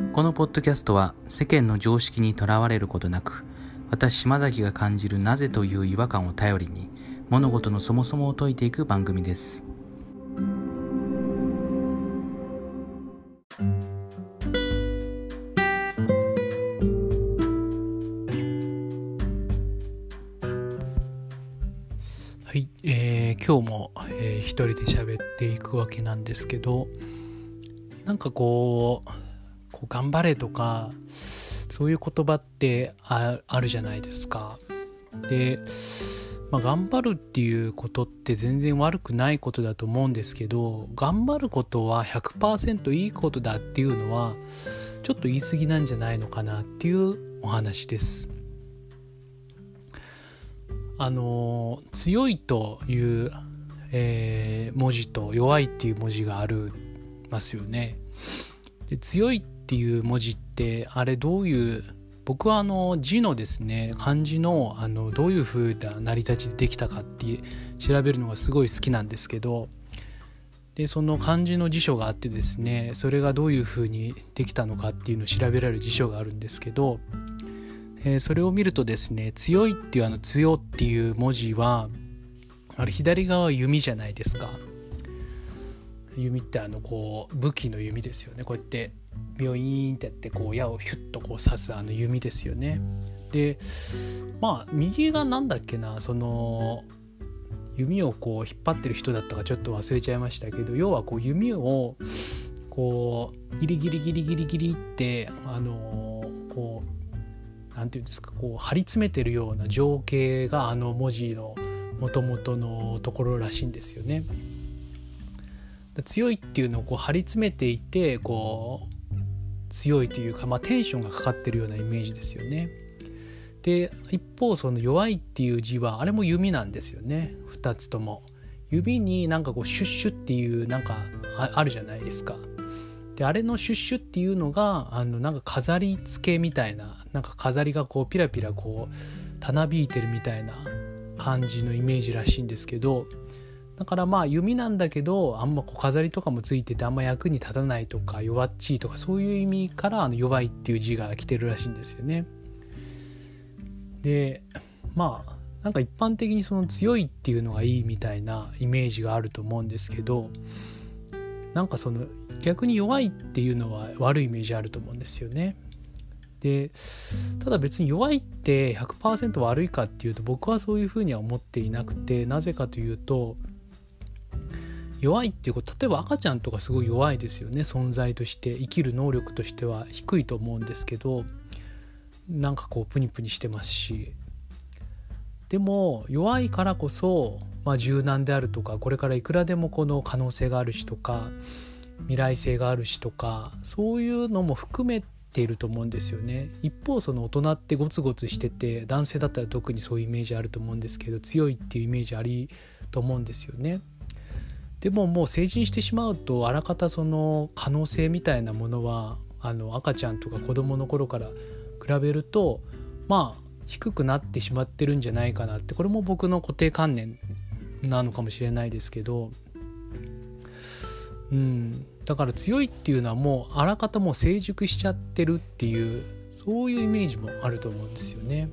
このポッドキャストは世間の常識にとらわれることなく、私島崎が感じるなぜという違和感を頼りに物事のそもそもを解いていく番組です。 はい、今日も、一人で喋っていくわけなんですけど、なんかこう頑張れとかそういう言葉ってあるじゃないですか。で、頑張るっていうことって全然悪くないことだと思うんですけど、頑張ることは 100% いいことだっていうのはちょっと言い過ぎなんじゃないのかなっていうお話です。強いという、文字と弱いっていう文字がありますよね。で、強いっていう文字ってあれどういう、僕は字のですね、漢字のどういう風な成り立ちでできたかって調べるのがすごい好きなんですけど、でその漢字の辞書があってですね、それがどういう風にできたのかっていうのを調べられる辞書があるんですけど、それを見るとですね、強いっていう強っていう文字はあれ左側は弓じゃないですか。弓って武器の弓ですよね。こうやってビョイーンってやって矢をヒュッと刺す弓ですよね。で、右がなんだっけな、その弓を引っ張ってる人だったかちょっと忘れちゃいましたけど、要は弓をギリギリギリギリギリってなんていうんですか、張り詰めてるような情景が文字の元々のところらしいんですよね。強いっていうのを張り詰めていて強いというか、テンションがかかってるようなイメージですよね。で、一方その弱いっていう字はあれも弓なんですよね。2つとも指にシュッシュっていうあるじゃないですか。で、あれのシュッシュっていうのが飾り付けみたいな、飾りがピラピラたなびいてるみたいな感じのイメージらしいんですけど、だから弓なんだけどあんま飾りとかもついててあんま役に立たないとか弱っちいとか、そういう意味から弱いっていう字が来てるらしいんですよね。で、一般的にその強いっていうのがいいみたいなイメージがあると思うんですけど、その逆に弱いっていうのは悪いイメージあると思うんですよね。で、ただ別に弱いって 100% 悪いかっていうと、僕はそういうふうには思っていなくて、なぜかというと、弱いっていうこと、例えば赤ちゃんとかすごい弱いですよね。存在として生きる能力としては低いと思うんですけど、プニプニしてますし、でも弱いからこそ、柔軟であるとか、これからいくらでもこの可能性があるしとか未来性があるしとか、そういうのも含めていると思うんですよね。一方その大人ってゴツゴツしてて、男性だったら特にそういうイメージあると思うんですけど、強いっていうイメージありと思うんですよね。でももう成人してしまうと、あらかたその可能性みたいなものは赤ちゃんとか子供の頃から比べると低くなってしまってるんじゃないかなって、これも僕の固定観念なのかもしれないですけど、だから強いっていうのはもうあらかたもう成熟しちゃってるっていう、そういうイメージもあると思うんですよね。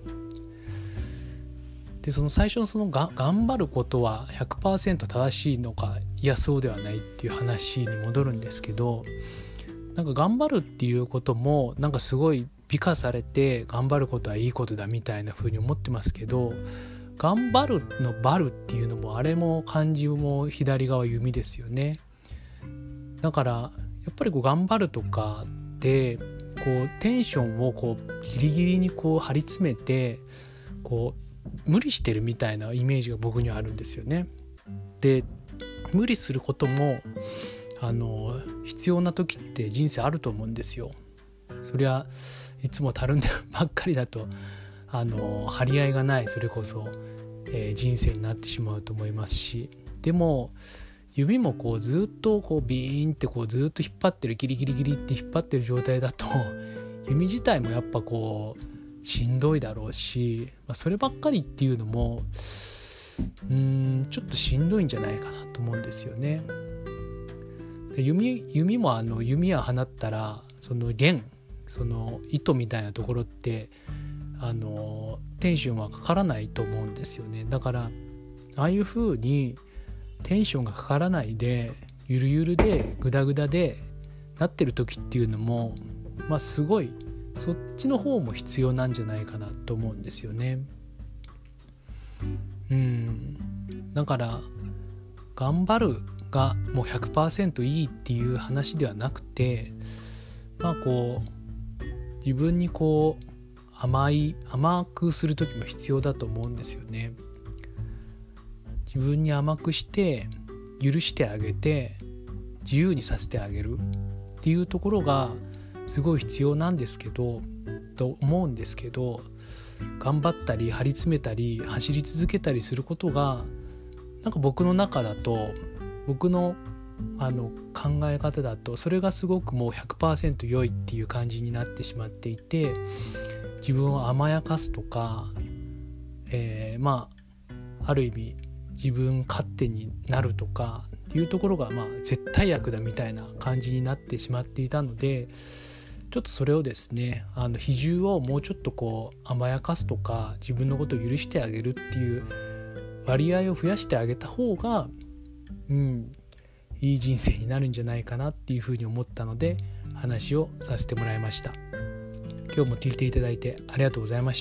で、その最初の頑張ることは 100% 正しいのか、いやそうではないっていう話に戻るんですけど、頑張るっていうこともすごい美化されて、頑張ることはいいことだみたいな風に思ってますけど、頑張るのバルっていうのも、あれも漢字も左側弓ですよね。だからやっぱり頑張るとかってテンションをギリギリに張り詰めて無理してるみたいなイメージが僕にはあるんですよね。で、無理することも必要な時って人生あると思うんですよ。そりゃいつもたるんでばっかりだと張り合いがない、それこそ、人生になってしまうと思いますし、でも指もずっとビーンってずっと引っ張ってる、ギリギリギリって引っ張ってる状態だと、弓自体もやっぱしんどいだろうし、そればっかりっていうのもちょっとしんどいんじゃないかなと思うんですよね。で、弓も弓矢放ったらその弦その糸みたいなところってテンションはかからないと思うんですよね。だからああいう風にテンションがかからないでゆるゆるでグダグダでなってる時っていうのもすごいそっちの方も必要なんじゃないかなと思うんですよね。だから頑張るがもう 100% いいっていう話ではなくて、自分に甘くする時も必要だと思うんですよね。自分に甘くして許してあげて自由にさせてあげるっていうところがすごい必要なんですけどと思うんですけど、頑張ったり張り詰めたり走り続けたりすることが僕の中だと僕の考え方だとそれがすごくもう 100% 良いっていう感じになってしまっていて、自分を甘やかすとか、ある意味自分勝手になるとかっていうところが絶対悪だみたいな感じになってしまっていたので、ちょっとそれをですね比重をもうちょっと甘やかすとか自分のことを許してあげるっていう割合を増やしてあげた方がいい人生になるんじゃないかなっていうふうに思ったので話をさせてもらいました。今日も聞いていただいてありがとうございました。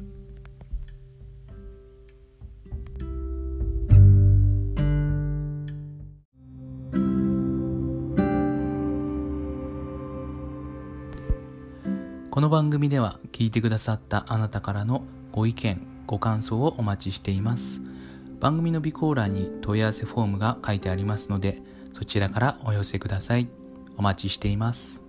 この番組では聞いてくださったあなたからのご意見ご感想をお待ちしています。番組の備考欄に問い合わせフォームが書いてありますので、そちらからお寄せください。お待ちしています。